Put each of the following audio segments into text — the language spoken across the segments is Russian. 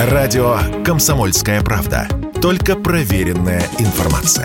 Радио «Комсомольская правда». Только проверенная информация.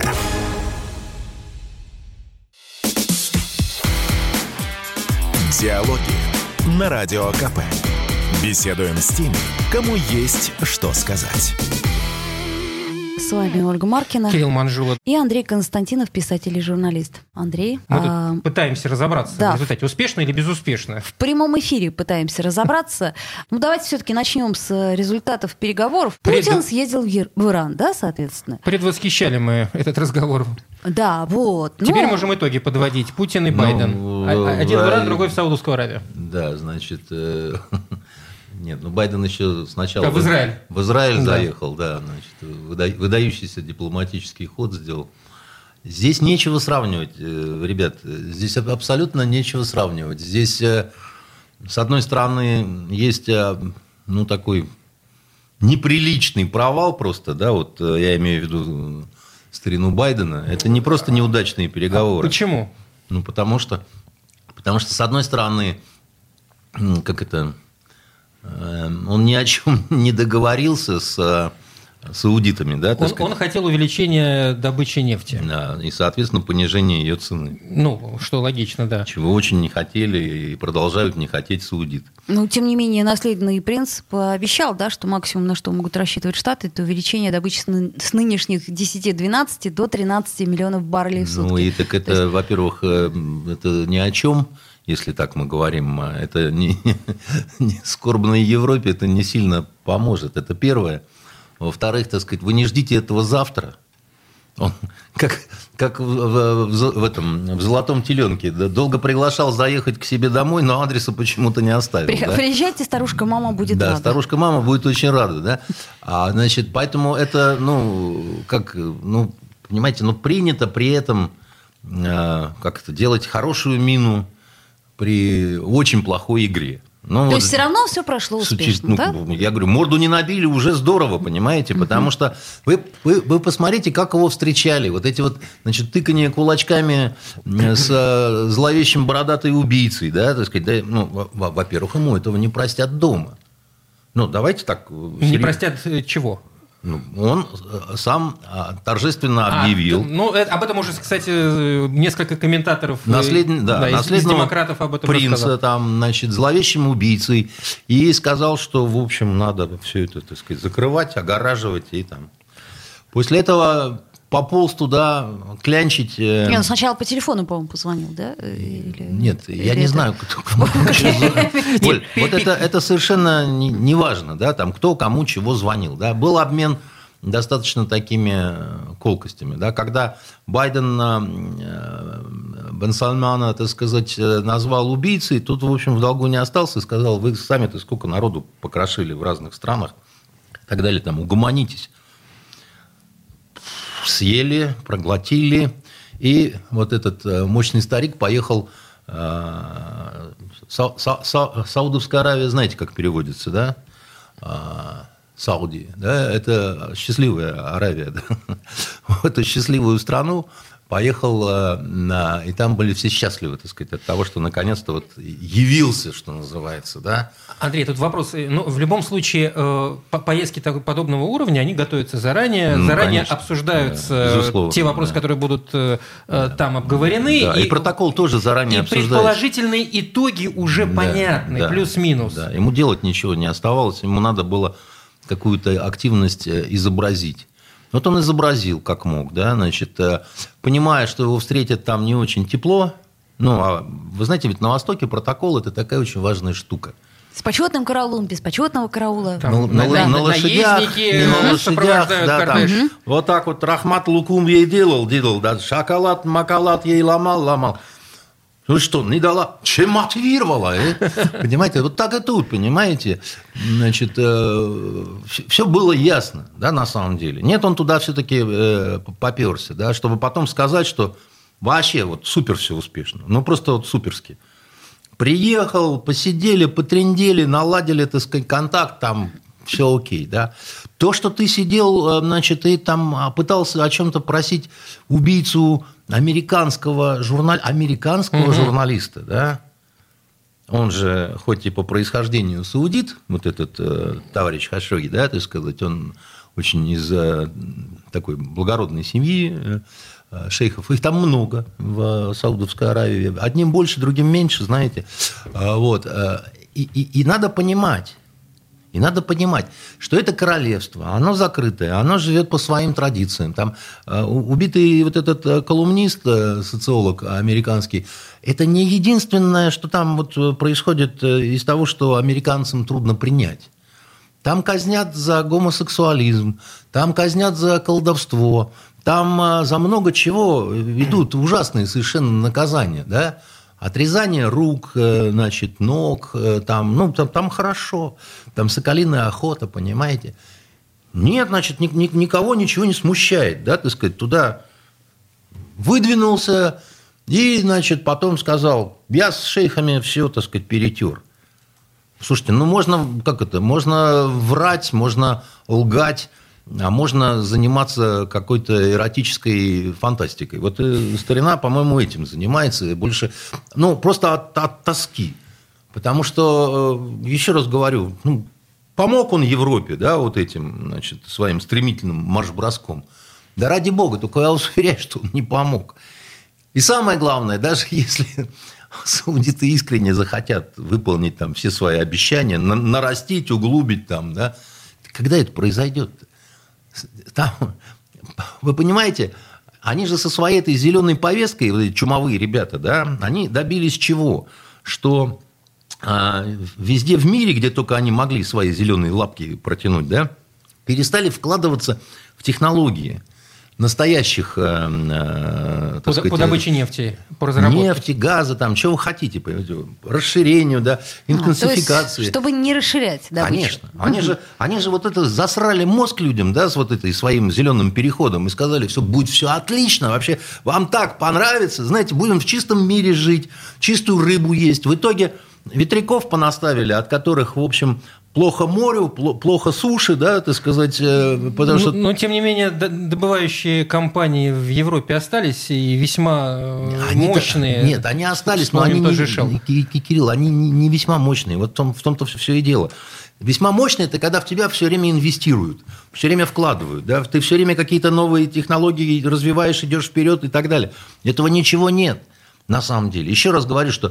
Диалоги на Радио КП. Беседуем с теми, кому есть что сказать. С вами Ольга Маркина, Кирилл Манжула и Андрей Константинов, писатель и журналист. Андрей, мы тут пытаемся разобраться в результате, успешно или безуспешно. В прямом эфире пытаемся разобраться. Ну, давайте все-таки начнем с результатов переговоров. Путин съездил в Иран, да, соответственно? Предвосхищали мы этот разговор. Да, вот. Теперь можем итоги подводить. Путин и Байден. Один в Иран, другой в Саудовскую Аравию. Да, значит... Нет, Байден еще сначала в Израиль. В Израиль заехал, да, значит, выдающийся дипломатический ход сделал. Здесь нечего сравнивать, ребят, здесь абсолютно нечего сравнивать. Здесь, с одной стороны, есть, такой неприличный провал просто, да, вот я имею в виду старину Байдена. Это не просто неудачные переговоры. Почему? Потому что, с одной стороны, он ни о чем не договорился с саудитами. Да, он хотел увеличения добычи нефти. Да, и, соответственно, понижения ее цены. Что логично, да. Чего очень не хотели и продолжают не хотеть саудиты. Тем не менее, наследный принц пообещал, да, что максимум, на что могут рассчитывать Штаты, это увеличение добычи с нынешних 10-12 до 13 миллионов баррелей в сутки. Это, во-первых, это ни о чем. Если так мы говорим, это не скорбной Европе это не сильно поможет. Это первое. Во-вторых, вы не ждите этого завтра. Он, как в «Золотом теленке». Долго приглашал заехать к себе домой, но адреса почему-то не оставил. Приезжайте, старушка-мама будет рада. Да, старушка-мама будет очень рада. Да? Поэтому это, понимаете, принято при этом делать хорошую мину при очень плохой игре. То есть все равно все прошло успешно, да? Я говорю, морду не набили, уже здорово, понимаете? Потому что вы посмотрите, как его встречали. Вот эти тыкания кулачками с зловещим бородатой убийцей, да, так сказать. Во-первых, ему этого не простят дома. Давайте так... Не простят чего? Он сам торжественно объявил. Об этом уже, кстати, несколько комментаторов наследного из демократов об этом принца, зловещим убийцей. И сказал, что, в общем, надо все это, так сказать, закрывать, огораживать. И там. После этого пополз туда клянчить. Он сначала по телефону, по-моему, позвонил, да? Я не знаю, кто. Оль, вот это совершенно не важно, да, кто кому чего звонил. Да. Был обмен достаточно такими колкостями. Да. Когда Байден Бен Сальмана, так сказать, назвал убийцей, тут, в общем, в долгу не остался и сказал, вы сами-то сколько народу покрошили в разных странах и так далее, угомонитесь. Съели, проглотили, и вот этот мощный старик поехал Саудовская Аравия, знаете, как переводится, да? Сауди, да, это счастливая Аравия, да? В эту счастливую страну поехал, и там были все счастливы, так сказать, от того, что наконец-то явился, что называется, да. Андрей, тут вопрос. В любом случае, поездки подобного уровня, они готовятся заранее, конечно, обсуждаются те вопросы, которые будут там обговорены. Да, и протокол тоже заранее обсуждается. И предположительные итоги уже понятны, плюс-минус. Да, ему делать ничего не оставалось, ему надо было какую-то активность изобразить. Вот он изобразил, как мог, да, понимая, что его встретят там не очень тепло. Вы знаете, ведь на Востоке протокол – это такая очень важная штука. С почетным караулом, без почетного караула. На лошадях, да, вот так вот Рахмат Лукум ей делал, да, шоколад, макалат ей ломал. Ну что, не дала? Чем мотивировала? Понимаете, вот так и тут, понимаете? Все было ясно, да, на самом деле. Нет, он туда все-таки поперся, да, чтобы потом сказать, что вообще супер все успешно. Просто суперски. Приехал, посидели, потрындели, наладили, так сказать, контакт, там все окей, да. То, что ты сидел, и там пытался о чем-то просить убийцу американского журналиста, да, он же, хоть и по происхождению саудит, вот этот товарищ Хашогги, да, так сказать, он очень из такой благородной семьи шейхов. Их там много в Саудовской Аравии. Одним больше, другим меньше, знаете. Вот. И надо понимать, что это королевство, оно закрытое, оно живет по своим традициям. Там убитый вот этот колумнист, социолог американский, это не единственное, что там вот происходит из того, что американцам трудно принять. Там казнят за гомосексуализм, там казнят за колдовство, там за много чего идут ужасные совершенно наказания, да? Отрезание рук, значит, ног, там хорошо, там соколиная охота, понимаете? Нет, значит, никого ничего не смущает, да, так сказать, туда выдвинулся и, значит, потом сказал, я с шейхами все, так сказать, перетер. Слушайте, можно врать, можно лгать, а можно заниматься какой-то эротической фантастикой. Вот старина, по-моему, этим занимается. Больше, просто от тоски. Потому что, еще раз говорю, помог он Европе, да, вот этим, значит, своим стремительным марш-броском. Да ради бога, только я вас уверяю, что он не помог. И самое главное, даже если саудиты искренне захотят выполнить там все свои обещания, нарастить, углубить там, да, когда это произойдет-то? Там, вы понимаете, они же со своей этой зеленой повесткой, вот эти чумовые ребята, да, они добились чего? Что везде в мире, где только они могли свои зеленые лапки протянуть, да, перестали вкладываться в технологии настоящих, по добыче нефти, по разработке. Нефти, газа, там, чего вы хотите, расширению, да, интенсификации. Чтобы не расширять добычу. Конечно. Они же вот это засрали мозг людям, да, с вот этой своим зеленым переходом и сказали, все, будет все отлично, вообще, вам так понравится, знаете, будем в чистом мире жить, чистую рыбу есть. В итоге ветряков понаставили, от которых, в общем, плохо морю, плохо суши, да, так сказать, потому что... Но, тем не менее, добывающие компании в Европе остались и весьма мощные. Нет, они остались, но они Кирилл, они не весьма мощные. Вот в том-то все и дело. Весьма мощные – это когда в тебя все время инвестируют, все время вкладывают, да, ты все время какие-то новые технологии развиваешь, идешь вперед и так далее. Этого ничего нет, на самом деле. Еще раз говорю, что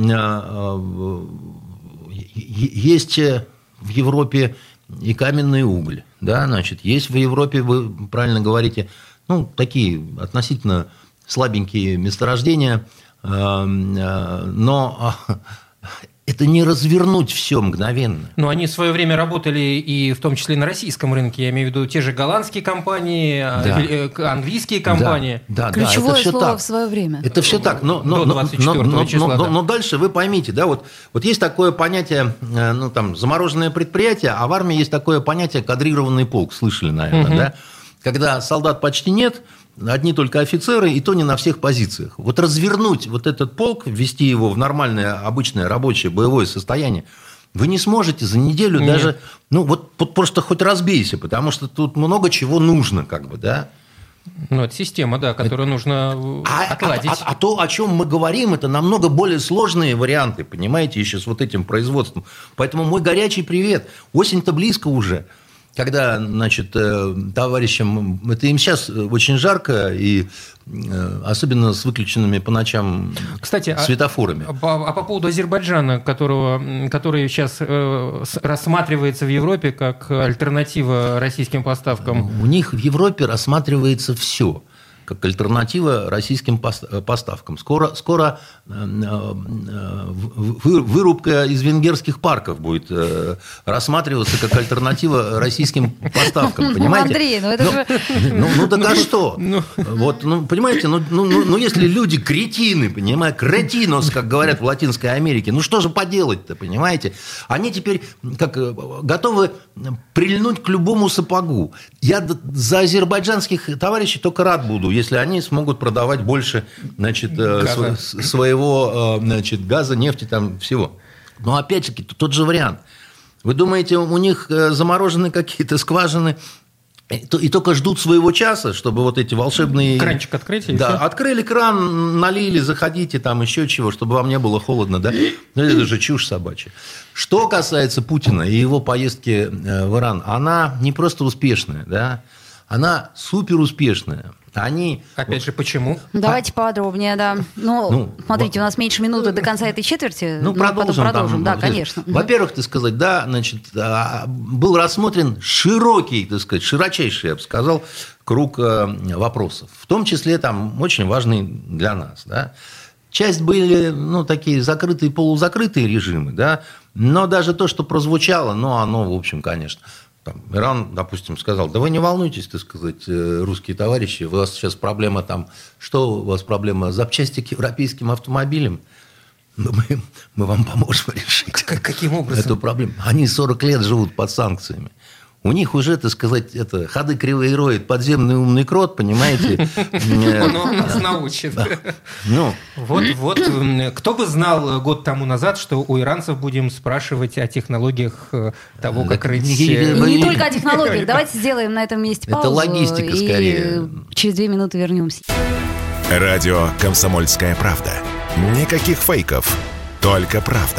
есть... в Европе и каменный уголь, да, значит, есть в Европе, вы правильно говорите, такие относительно слабенькие месторождения, но это не развернуть все мгновенно. Но они в свое время работали и в том числе на российском рынке, я имею в виду те же голландские компании, да. Английские компании. Да, ключевое это все слово так. В свое время. Это все так. До 24 числа. Но дальше вы поймите, да, вот есть такое понятие, замороженное предприятие, а в армии есть такое понятие кадрированный полк, слышали, наверное, да? Когда солдат почти нет, одни только офицеры, и то не на всех позициях. Вот развернуть вот этот полк, ввести его в нормальное, обычное рабочее боевое состояние, вы не сможете за неделю даже... Вот просто хоть разбейся, потому что тут много чего нужно, как бы, да? Это система, да, которую нужно отладить. А то, о чем мы говорим, это намного более сложные варианты, понимаете, еще с вот этим производством. Поэтому мой горячий привет. Осень-то близко уже. Когда, значит, товарищам, это им сейчас очень жарко, и особенно с выключенными по ночам светофорами. А по поводу Азербайджана, который сейчас рассматривается в Европе как альтернатива российским поставкам. У них в Европе рассматривается все как альтернатива российским поставкам. Скоро вырубка из венгерских парков будет рассматриваться как альтернатива российским поставкам. Понимаете? Андрей, это же... так а что? Понимаете, если люди кретины, понимаете, кретинос, как говорят в Латинской Америке, что же поделать-то, понимаете? Они теперь готовы прильнуть к любому сапогу. Я за азербайджанских товарищей только рад буду, если они смогут продавать больше, значит, своего, значит, газа, нефти, там всего. Но опять-таки тот же вариант. Вы думаете, у них заморожены какие-то скважины И только ждут своего часа, чтобы вот эти волшебные... Кранчик открыть, и да, все. Открыли кран, налили, заходите, там еще чего, чтобы вам не было холодно, да? Это же чушь собачья. Что касается Путина и его поездки в Иран, она не просто успешная, да? Она суперуспешная. Они... Опять же, почему? Давайте подробнее, да. Смотрите, у нас меньше минуты до конца этой четверти. Продолжим. Да, конечно. Во-первых, так сказать, да, значит, был рассмотрен широкий, так сказать, широчайший, я бы сказал, круг вопросов. В том числе, там, очень важный для нас, да. Часть были, такие закрытые, полузакрытые режимы, да, но даже то, что прозвучало, оно, в общем, конечно... Иран, допустим, сказал, да вы не волнуйтесь, так сказать, русские товарищи, у вас сейчас проблема там, что у вас проблема, запчасти к европейским автомобилям? Мы вам поможем решить. Каким образом? Эту проблему. Они 40 лет живут под санкциями. У них уже, так сказать, ходы кривые роет подземный умный крот, понимаете? Он нас научит. Вот, кто бы знал год тому назад, что у иранцев будем спрашивать о технологиях того, как рыть... Не только о технологиях. Давайте сделаем на этом месте паузу. Это логистика, скорее. И через 2 минуты вернемся. Радио «Комсомольская правда». Никаких фейков, только правда.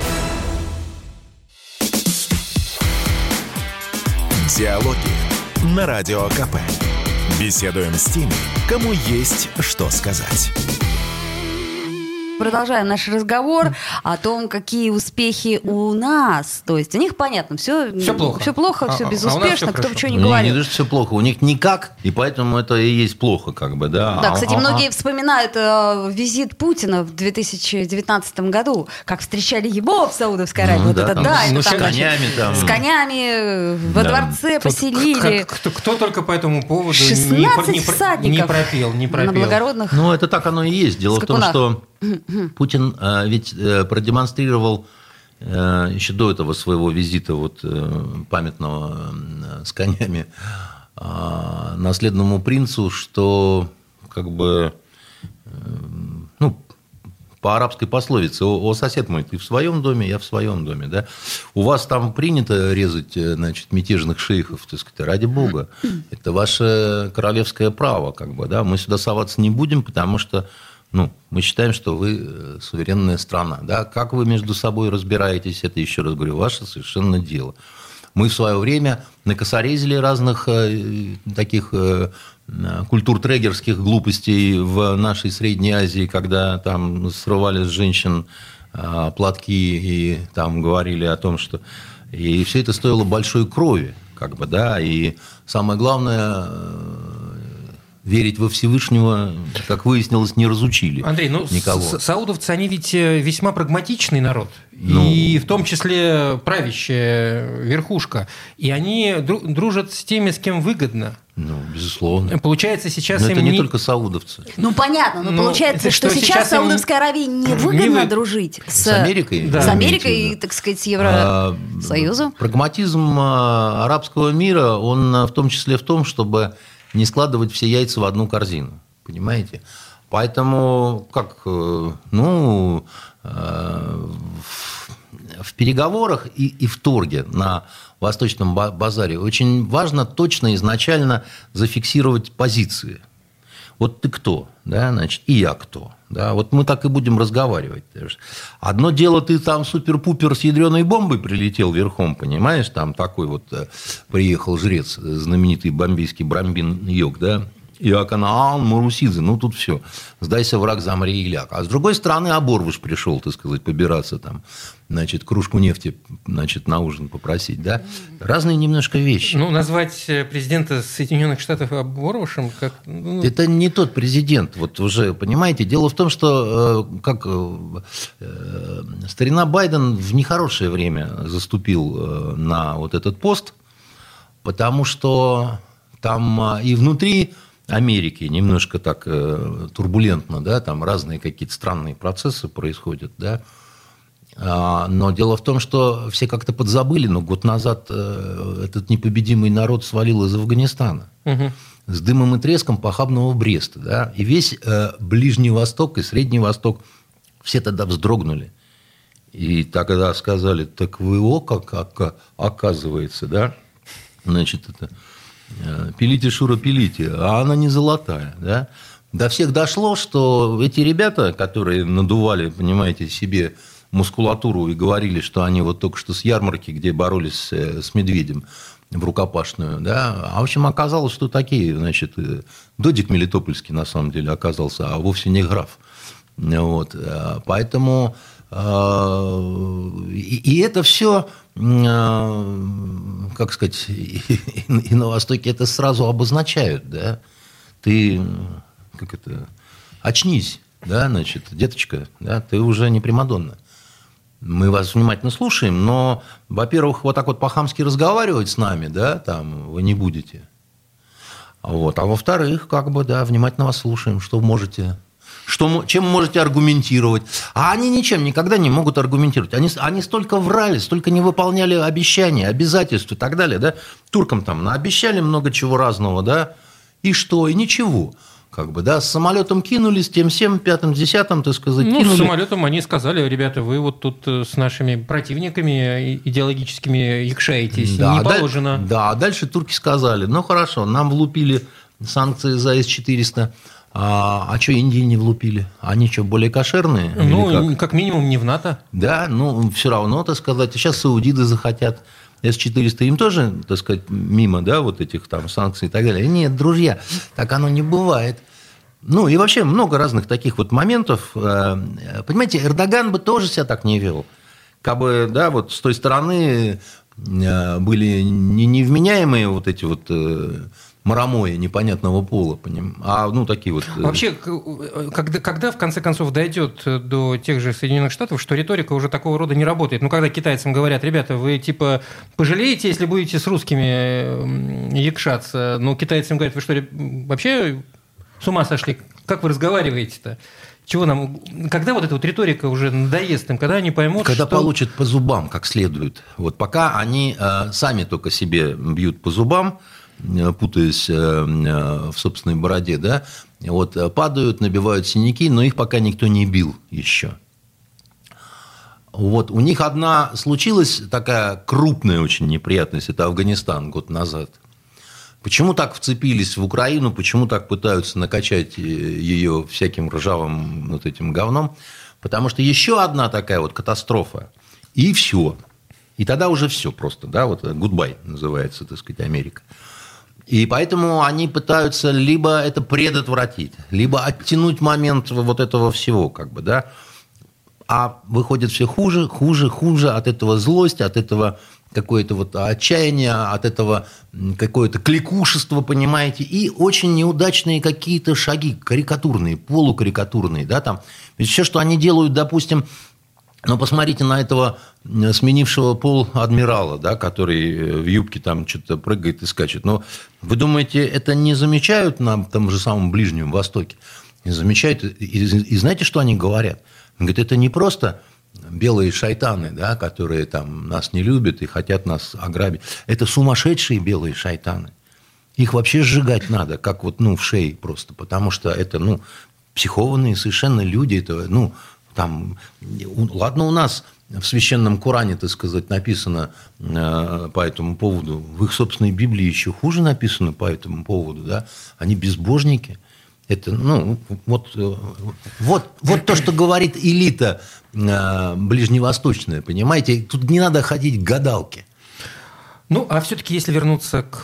Диалоги на Радио КП. Беседуем с теми, кому есть что сказать. Продолжаем наш разговор о том, какие успехи у нас. То есть у них, понятно, все плохо, все безуспешно, кто бы что ни говорил. Не то, что все плохо, у них никак, и поэтому это и есть плохо, как бы, да. Да, кстати, многие вспоминают визит Путина в 2019 году, как встречали его в Саудовской Аравии. С конями там. С конями во дворце поселили. Кто только по этому поводу 16 всадников не пропел. На благородных. Это так оно и есть. Дело в том, что Путин ведь продемонстрировал еще до этого своего визита памятного с конями наследному принцу, что как бы по арабской пословице: «О, сосед мой, ты в своем доме, я в своем доме, да? У вас там принято резать, значит, мятежных шейхов, так сказать, ради бога. Это ваше королевское право, как бы, да? Мы сюда соваться не будем, потому что мы считаем, что вы суверенная страна. Да? Как вы между собой разбираетесь, это, еще раз говорю, ваше совершенно дело. Мы в свое время накосорезили разных таких культуртрегерских глупостей в нашей Средней Азии, когда там срывали с женщин платки и там говорили о том, что... И все это стоило большой крови, как бы, да, и самое главное... Верить во Всевышнего, как выяснилось, не разучили. Андрей, никого. Саудовцы, они ведь весьма прагматичный народ. И в том числе правящая верхушка. И они дружат с теми, с кем выгодно. Безусловно. Получается, сейчас это не только саудовцы. Понятно. Но получается, что сейчас Саудовской Аравии невыгодно дружить с Америкой. Да. С Америкой и, так сказать, с Евросоюзом. Прагматизм арабского мира, он в том числе в том, чтобы не складывать все яйца в одну корзину. Понимаете? Поэтому, в переговорах и в торге на Восточном базаре очень важно точно изначально зафиксировать позиции. Вот ты кто, да, значит, и я кто. Да, вот мы так и будем разговаривать. Одно дело, ты там супер-пупер с ядреной бомбой прилетел верхом, понимаешь, там такой приехал жрец, знаменитый бомбейский Брамбин Йог, да, Иоаканаан Марусидзе, тут все, сдайся, враг, замри и ляг. А с другой стороны, Аборвыш пришел, так сказать, побираться там, значит, кружку нефти, значит, на ужин попросить, да. Разные немножко вещи. Назвать президента Соединенных Штатов Аборвышем как... Это не тот президент, уже, понимаете. Дело в том, что старина Байден в нехорошее время заступил на этот пост, потому что там и внутри Америки немножко так турбулентно, да, там разные какие-то странные процессы происходят, да. Но дело в том, что все как-то подзабыли, но год назад этот непобедимый народ свалил из Афганистана с дымом и треском похабного Бреста, да, и весь Ближний Восток и Средний Восток все тогда вздрогнули. И тогда сказали: так вы как оказывается, да, значит, это... Пилите, Шура, пилите, а она не золотая, да? До всех дошло, что эти ребята, которые надували, понимаете, себе мускулатуру и говорили, что они вот только что с ярмарки, где боролись с медведем в рукопашную, да, а в общем оказалось, что такие, значит, Додик Мелитопольский на самом деле оказался, а вовсе не граф. Вот. Поэтому и это все, как сказать, и на Востоке это сразу обозначают, да, ты, как это, очнись, да, значит, деточка, да, ты уже не примадонна. Мы вас внимательно слушаем, но, во-первых, вот так вот по-хамски разговаривать с нами, да, там, вы не будете. Вот. А во-вторых, как бы, да, внимательно вас слушаем, что можете... чем можете аргументировать. А они ничем никогда не могут аргументировать. Они столько врали, столько не выполняли обещания, обязательств и так далее. Да? Туркам там наобещали много чего разного, да, и что, и ничего. Как бы, да, с самолетом кинулись, тем всем, пятым, десятым, так сказать, кинули. С самолетом они сказали, ребята, вы вот тут с нашими противниками идеологическими якшаетесь, да, не положено. Да, а дальше турки сказали, ну хорошо, нам влупили санкции за С-400, а что Индии не влупили? Они что, более кошерные? Ну, как минимум не в НАТО. Да, ну, все равно, так сказать, сейчас саудиты захотят. С-400 им тоже, так сказать, мимо, да, вот этих там санкций и так далее. Нет, друзья, так оно не бывает. Ну, и вообще много разных таких вот моментов. Понимаете, Эрдоган бы тоже себя так не вел. Как бы, да, вот с той стороны были невменяемые вот эти вот марамои непонятного пола, а ну такие вот... Вообще, когда в конце концов дойдет до тех же Соединенных Штатов, что риторика уже такого рода не работает? Ну, когда китайцам говорят, ребята, вы типа пожалеете, если будете с русскими якшаться? Ну, китайцам говорят, вы что, вообще с ума сошли? Как вы разговариваете-то? Чего нам... Когда вот эта вот риторика уже надоест им, когда они поймут, когда получат по зубам как следует. Вот пока они сами только себе бьют по зубам, путаясь в собственной бороде, да, вот падают, набивают синяки, но их пока никто не бил еще. Вот у них одна случилась такая крупная очень неприятность, это Афганистан год назад. Почему так вцепились в Украину, почему так пытаются накачать ее всяким ржавым вот этим говном? Потому что еще одна такая вот катастрофа, и все. И тогда уже все просто, да, вот goodbye называется, так сказать, Америка. И поэтому они пытаются либо это предотвратить, либо оттянуть момент вот этого всего, как бы, да. А выходит все хуже, хуже, хуже, от этого злость, от этого какое-то вот отчаяние, от этого какое-то кликушество, понимаете, и очень неудачные какие-то шаги, карикатурные, полукарикатурные, да, там. Ведь все, что они делают, допустим, но посмотрите на этого сменившего пол адмирала, да, который в юбке там что-то прыгает и скачет. Но вы думаете, это не замечают на том же самом Ближнем Востоке? Не замечают. И знаете, что они говорят? Они говорят, это не просто белые шайтаны, да, которые там нас не любят и хотят нас ограбить. Это сумасшедшие белые шайтаны. Их вообще сжигать надо, как вот, ну, в шее просто. Потому что это, ну, психованные совершенно люди. Это, ну, там, ладно, у нас в Священном Коране, так сказать, написано по этому поводу, в их собственной Библии еще хуже написано по этому поводу, да, они безбожники. Это, ну, вот то, что говорит элита ближневосточная, понимаете, тут не надо ходить к гадалке. Ну, а все-таки, если вернуться к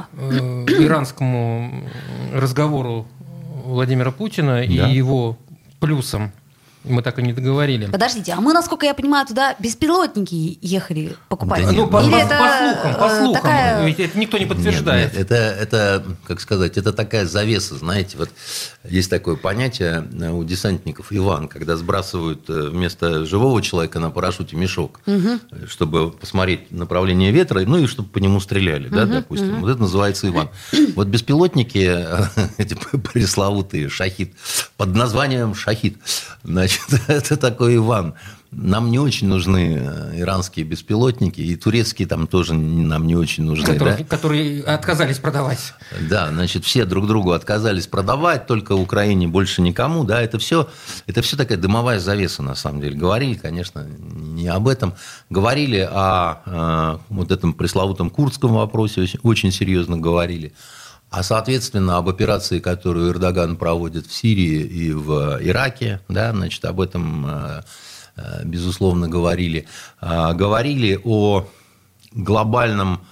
иранскому разговору Владимира Путина и его плюсам, мы так и не договорили. Подождите, а мы, насколько я понимаю, туда беспилотники ехали покупать? Да, ну, по слухам. Такая... Ведь это никто не подтверждает. Нет, это, как сказать, это такая завеса, знаете. Вот есть такое понятие у десантников Иван, когда сбрасывают вместо живого человека на парашюте мешок, чтобы посмотреть направление ветра, ну и чтобы по нему стреляли, да, допустим. Вот это называется Иван. Вот беспилотники, эти пресловутые «Шахид», под названием «Шахид», значит, это такой Иван. Нам не очень нужны иранские беспилотники, и турецкие там тоже нам не очень нужны. Которые отказались продавать. Да, значит, все друг другу отказались продавать, только Украине больше никому. Да, это все такая дымовая завеса, на самом деле. Говорили, конечно, не об этом. Говорили о вот этом пресловутом курдском вопросе, очень серьезно говорили. А, соответственно, об операции, которую Эрдоган проводит в Сирии и в Ираке, да, значит, об этом, безусловно, говорили. Говорили о глобальном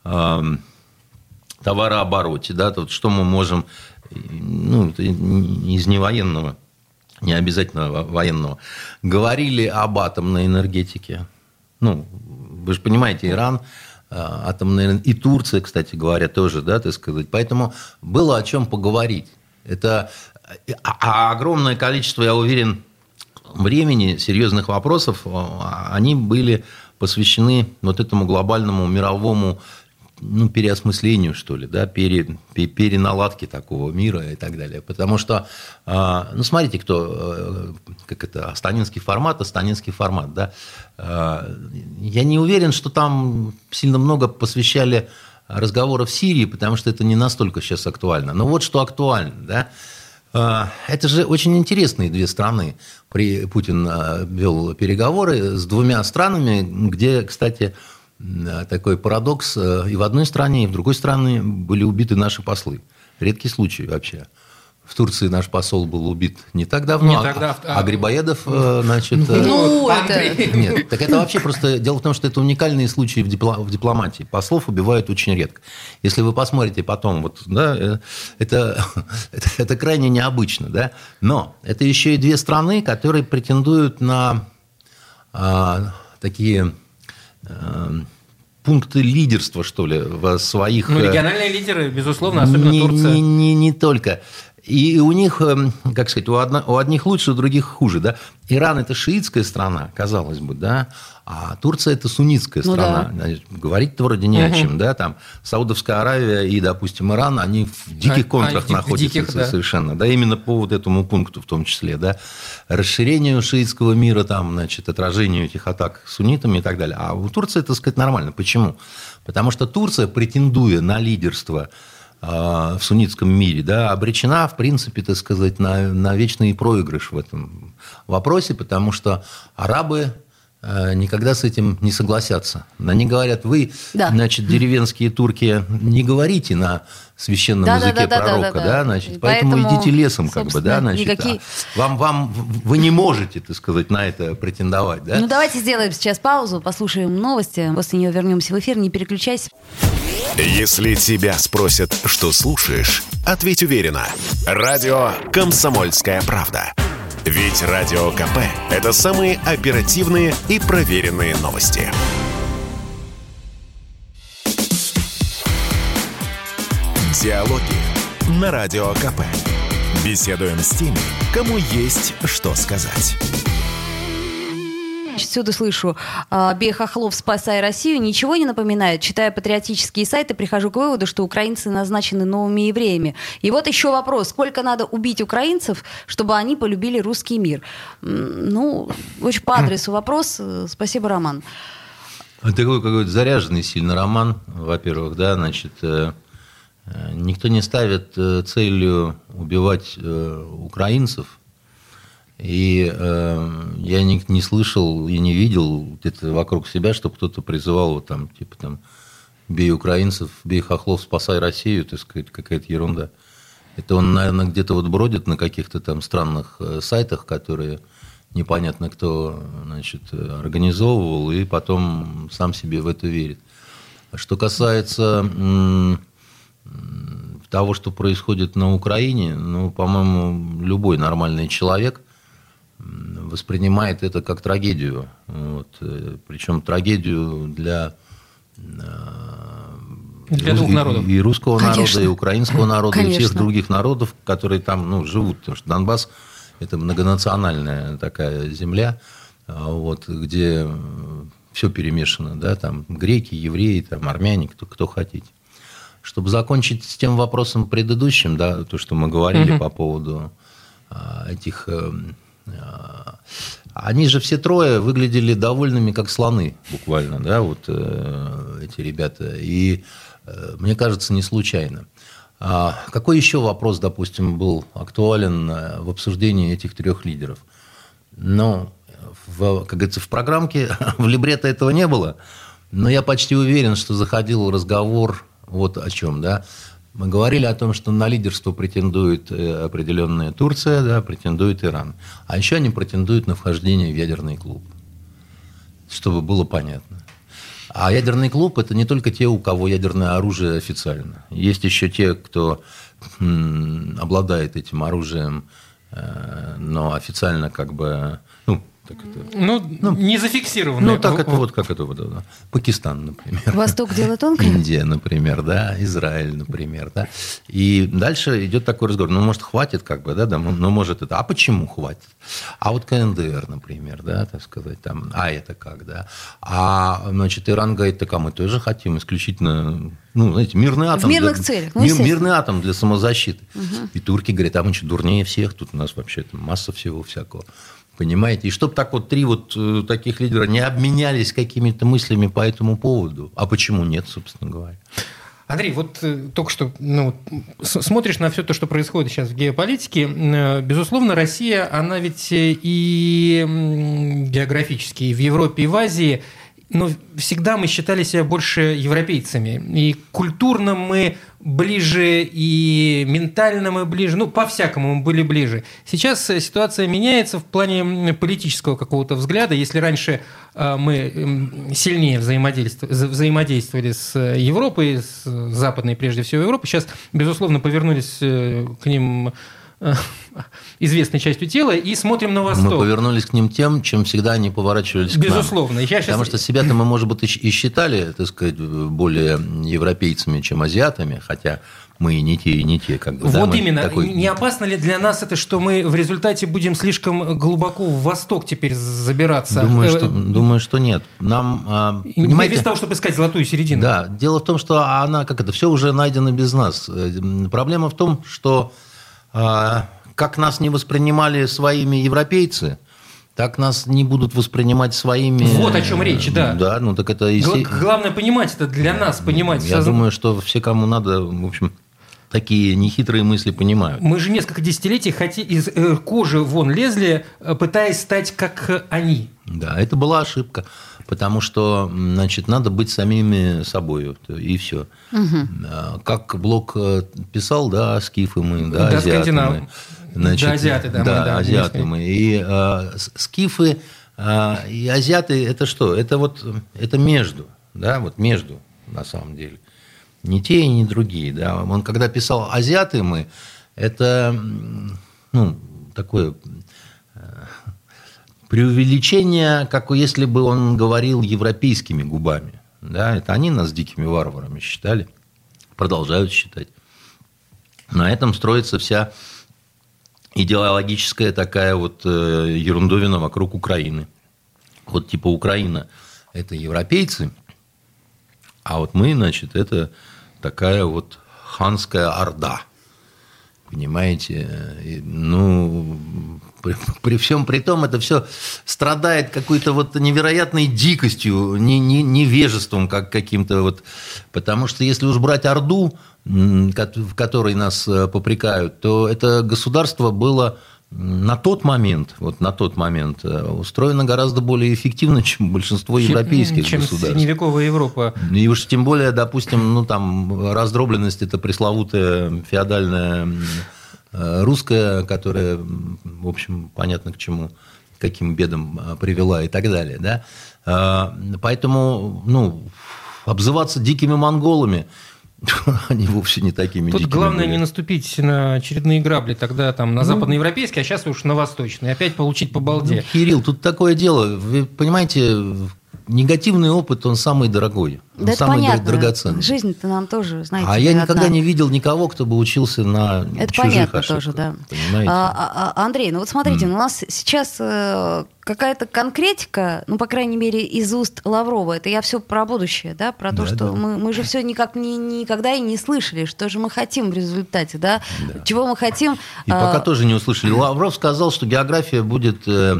товарообороте, да, вот что мы можем, ну, из невоенного, не обязательно военного, говорили об атомной энергетике. Ну, вы же понимаете, Иран, атомная, и Турция, кстати говоря, тоже, да, так сказать. Поэтому было о чем поговорить. Это огромное количество, я уверен, времени, серьезных вопросов, они были посвящены вот этому глобальному мировому, ну, переосмыслению, что ли, да, переналадке такого мира и так далее. Потому что, ну, смотрите, как это, астанинский формат, да. Я не уверен, что там сильно много посвящали разговоров в Сирии, потому что это не настолько сейчас актуально. Но вот что актуально, да. Это же очень интересные две страны. Путин вел переговоры с двумя странами, где, кстати, такой парадокс, и в одной стране, и в другой стране были убиты наши послы. Редкий случай вообще. В Турции наш посол был убит не так давно, а Грибоедов, значит... Ну, это... Нет, так это вообще просто... Дело в том, что это уникальные случаи в дипломатии. Послов убивают очень редко. Если вы посмотрите потом, вот, да, это крайне необычно, да. Но это еще и две страны, которые претендуют на такие... пункты лидерства, что ли, в своих... Ну, региональные лидеры, безусловно, особенно Турция. Не только. И у них, как сказать, у одних лучше, у других хуже, да. Иран – это шиитская страна, казалось бы, да, а Турция – это суннитская страна. Да. Говорить-то вроде не о чем, да, там Саудовская Аравия и, допустим, Иран, они в диких контрах находятся совершенно, да, именно по вот этому пункту в том числе, да, расширению шиитского мира, там, значит, отражению этих атак суннитами и так далее. А у Турции, так сказать, нормально. Почему? Потому что Турция, претендуя на лидерство в суннитском мире, да, обречена, в принципе, так сказать, на вечный проигрыш в этом вопросе, потому что арабы никогда с этим не согласятся. Они говорят, вы, значит, деревенские турки, не говорите на священном языке пророка, да, значит, поэтому идите лесом, как бы, да, значит, никакие... вы не можете, так сказать, на это претендовать, да. Ну, давайте сделаем сейчас паузу, послушаем новости, после нее вернемся в эфир, не переключайся. Если тебя спросят, что слушаешь, ответь уверенно. Радио «Комсомольская правда». Ведь Радио КП – это самые оперативные и проверенные новости. Диалоги на Радио КП. Беседуем с теми, кому есть что сказать. Всюду слышу «Бей хохлов, спасай Россию». Ничего не напоминает. Читая патриотические сайты, прихожу к выводу, что украинцы назначены новыми евреями. И вот еще вопрос. Сколько надо убить украинцев, чтобы они полюбили русский мир? Ну, очень по адресу вопрос. Спасибо, Роман. Такой какой-то заряженный сильно роман, во-первых, да, значит, никто не ставит целью убивать украинцев. И я не слышал и не видел где-то вокруг себя, чтобы кто-то призывал вот там, типа там, бей украинцев, бей хохлов, спасай Россию, так сказать, какая-то ерунда. Это он, наверное, где-то вот бродит на каких-то там странных сайтах, которые непонятно кто, значит, организовывал, и потом сам себе в это верит. Что касается того, что происходит на Украине, ну, по-моему, любой нормальный человек воспринимает это как трагедию. Вот. Причем трагедию для двух народов. И русского народа, и украинского народа, и всех других народов, которые там живут. Потому что Донбасс – это многонациональная такая земля, вот, где все перемешано. Да? Там греки, евреи, там, армяне, кто хотите. Чтобы закончить с тем вопросом предыдущим, да, то, что мы говорили по поводу этих... Они же все трое выглядели довольными, как слоны, буквально, да, вот эти ребята. И мне кажется, не случайно. Какой еще вопрос, допустим, был актуален в обсуждении этих трех лидеров? Ну, как говорится, в программке, в либретто этого не было, но я почти уверен, что заходил разговор вот о чем, да. Мы говорили о том, что на лидерство претендует определенная Турция, да, претендует Иран. А еще они претендуют на вхождение в ядерный клуб, чтобы было понятно. А ядерный клуб – это не только те, у кого ядерное оружие официально. Есть еще те, кто обладает этим оружием, но официально как бы… не зафиксированное. Как это да. Пакистан, например. Восток – дело тонкое. Индия, например, да, Израиль, например, да. И дальше идет такой разговор, может, хватит, как бы, да, может это. А почему хватит? А вот КНДР, например, да, так сказать, там, это как, да. Значит, Иран говорит, так, мы тоже хотим исключительно, знаете, мирный атом. В мирных целях. Мирный атом для самозащиты. Угу. И турки говорят, мы что, дурнее всех? Тут у нас вообще масса всего всякого. Понимаете? И чтобы так вот три таких лидера не обменялись какими-то мыслями по этому поводу. А почему нет, собственно говоря? Андрей, вот только что смотришь на все то, что происходит сейчас в геополитике. Безусловно, Россия, она ведь и географически, и в Европе, и в Азии, но всегда мы считали себя больше европейцами. И культурно мы ближе, и ментально мы ближе, по-всякому мы были ближе. Сейчас ситуация меняется в плане политического какого-то взгляда. Если раньше мы сильнее взаимодействовали с Европой, с западной прежде всего Европой, сейчас, безусловно, повернулись к ним известной частью тела и смотрим на восток. Мы повернулись к ним тем, чем всегда они поворачивались к нам. Безусловно. Потому что себя-то мы, может быть, и считали, так сказать, более европейцами, чем азиатами, хотя мы и не те. Как бы, вот именно. Не опасно ли для нас это, что мы в результате будем слишком глубоко в восток теперь забираться? Думаю, что нет. Нам, понимаете, без того, чтобы искать золотую середину. Да. Дело в том, что все уже найдено без нас. Проблема в том, что как нас не воспринимали своими европейцы, так нас не будут воспринимать своими… Вот о чем речь, да. Да, так это… Главное понимать это для нас, понимать. Я думаю, что все, кому надо, в общем, такие нехитрые мысли понимают. Мы же несколько десятилетий из кожи вон лезли, пытаясь стать как они. Да, это была ошибка, потому что, надо быть самими собой, и все. Угу. Как Блок писал, скифы мы, азиаты мы. Азиаты мы. И скифы и азиаты – это что? Это между, между, на самом деле. Не те и не другие. Да. Он когда писал «азиаты мы», это такое преувеличение, как если бы он говорил европейскими губами. Да. Это они нас дикими варварами считали, продолжают считать. На этом строится вся идеологическая такая ерундовина вокруг Украины. Типа Украина – это европейцы, а мы, это такая ханская орда. Понимаете? При всем при том, это все страдает какой-то невероятной дикостью, невежеством каким-то. Потому что если уж брать Орду, в которой нас попрекают, то это государство было на тот момент устроено гораздо более эффективно, чем большинство европейских государств. Чем средневековая Европа. И уж тем более, допустим, раздробленность это пресловутая феодальная русская, которая, в общем, понятно к чему, каким бедам привела и так далее. Да? Поэтому, обзываться дикими монголами, они вовсе не такими дикими. Тут главное были. Не наступить на очередные грабли тогда на западноевропейские, а сейчас уж на восточные. Опять получить по балде. Кирилл, тут такое дело. Вы понимаете, негативный опыт, он самый дорогой. Он да самый это понятно. драгоценный. Жизнь-то нам тоже, знаете, А я никогда не видел никого, кто бы учился на это чужих понятно ошибках. Тоже, да. Понимаете? Андрей, смотрите, у нас сейчас какая-то конкретика, по крайней мере, из уст Лаврова. Это я все про будущее, да, про то, что мы же все никогда и не слышали, что же мы хотим в результате, чего мы хотим. И пока тоже не услышали. Лавров сказал, что география будет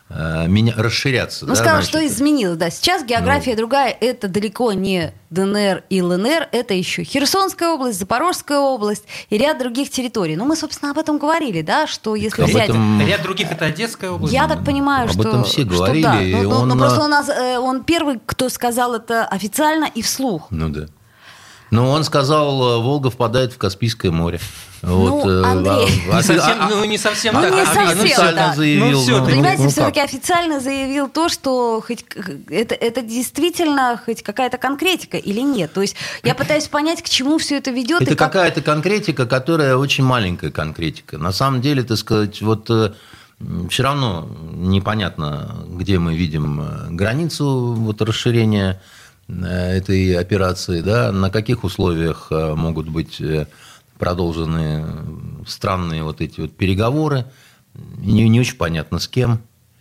расширяться. Ну, сказал, что изменилось, да. Сейчас география другая. Это далеко не ДНР и ЛНР. Это еще Херсонская область, Запорожская область и ряд других территорий. Ну, мы, собственно, об этом говорили, да, что если взять... Ряд других — это Одесская область. Я так понимаю, что... Об этом все говорили. Да. Но просто он первый, кто сказал это официально и вслух. Ну, да. Но он сказал, Волга впадает в Каспийское море. Вот, Андрей... Не совсем так. Официально заявил. Понимаете, все-таки официально заявил то, что хоть это действительно хоть какая-то конкретика или нет. То есть я пытаюсь понять, к чему все это ведет. Это какая-то конкретика, которая очень маленькая конкретика. На самом деле, так сказать, вот все равно непонятно, где мы видим границу вот, расширения этой операции, да, на каких условиях могут быть продолжены странные вот эти вот переговоры, не очень понятно с кем,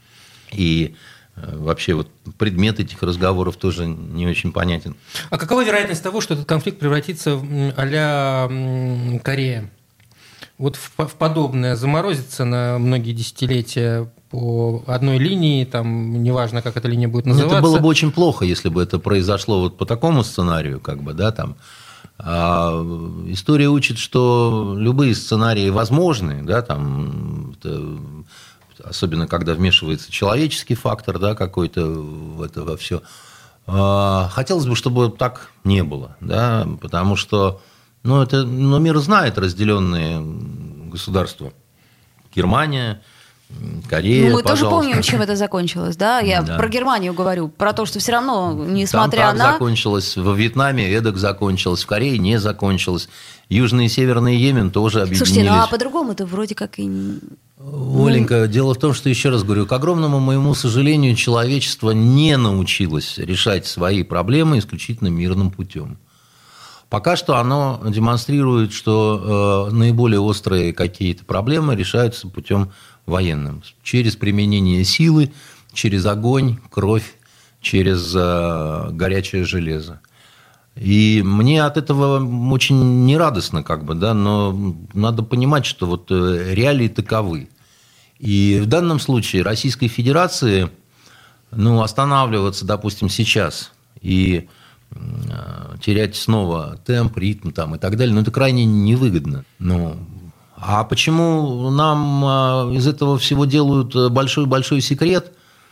и вообще вот предмет этих разговоров тоже не очень понятен. А какова вероятность того, что этот конфликт превратится в а-ля Корея? Вот в подобное заморозится на многие десятилетия по одной линии, там, неважно, как эта линия будет называться. Это было бы очень плохо, если бы это произошло вот по такому сценарию, как бы, да, там. А история учит, что любые сценарии возможны, да, там, особенно когда вмешивается человеческий фактор, да, какой-то в это во все. Хотелось бы, чтобы так не было, да, потому что, мир знает разделенные государства. Германия, Корея, мы тоже помним, чем это закончилось, да? Я про Германию говорю, про то, что все равно, несмотря там так закончилось, во Вьетнаме эдак закончилось, в Корее не закончилось. Южный и Северный Йемен тоже объединились. Слушайте, а по-другому-то вроде как и... Оленька, дело в том, что, еще раз говорю, к огромному моему сожалению, человечество не научилось решать свои проблемы исключительно мирным путем. Пока что оно демонстрирует, что наиболее острые какие-то проблемы решаются путем военным. Через применение силы, через огонь, кровь, через горячее железо. И мне от этого очень нерадостно, как бы, да, но надо понимать, что вот реалии таковы. И в данном случае Российской Федерации останавливаться, допустим, сейчас и терять снова темп, ритм там, и так далее, это крайне невыгодно. А почему нам из этого всего делают большой-большой секрет,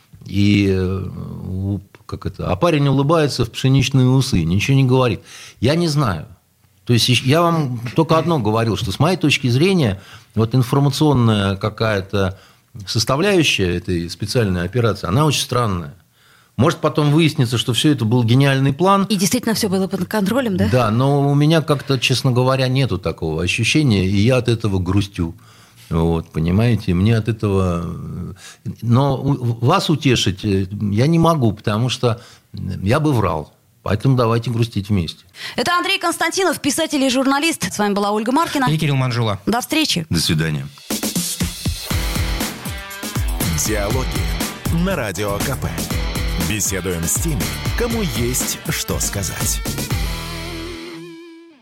а парень улыбается в пшеничные усы, ничего не говорит? Я не знаю. То есть я вам только одно говорил, что с моей точки зрения вот информационная какая-то составляющая этой специальной операции, она очень странная. Может потом выяснится, что все это был гениальный план. И действительно все было под контролем, да? Да, но у меня как-то, честно говоря, нету такого ощущения, и я от этого грустю. Вот, понимаете, мне от этого... Но вас утешить я не могу, потому что я бы врал. Поэтому давайте грустить вместе. Это Андрей Константинов, писатель и журналист. С вами была Ольга Маркина. И Кирилл Манжула. До встречи. До свидания. Диалоги на Радио КП. Беседуем с теми, кому есть что сказать.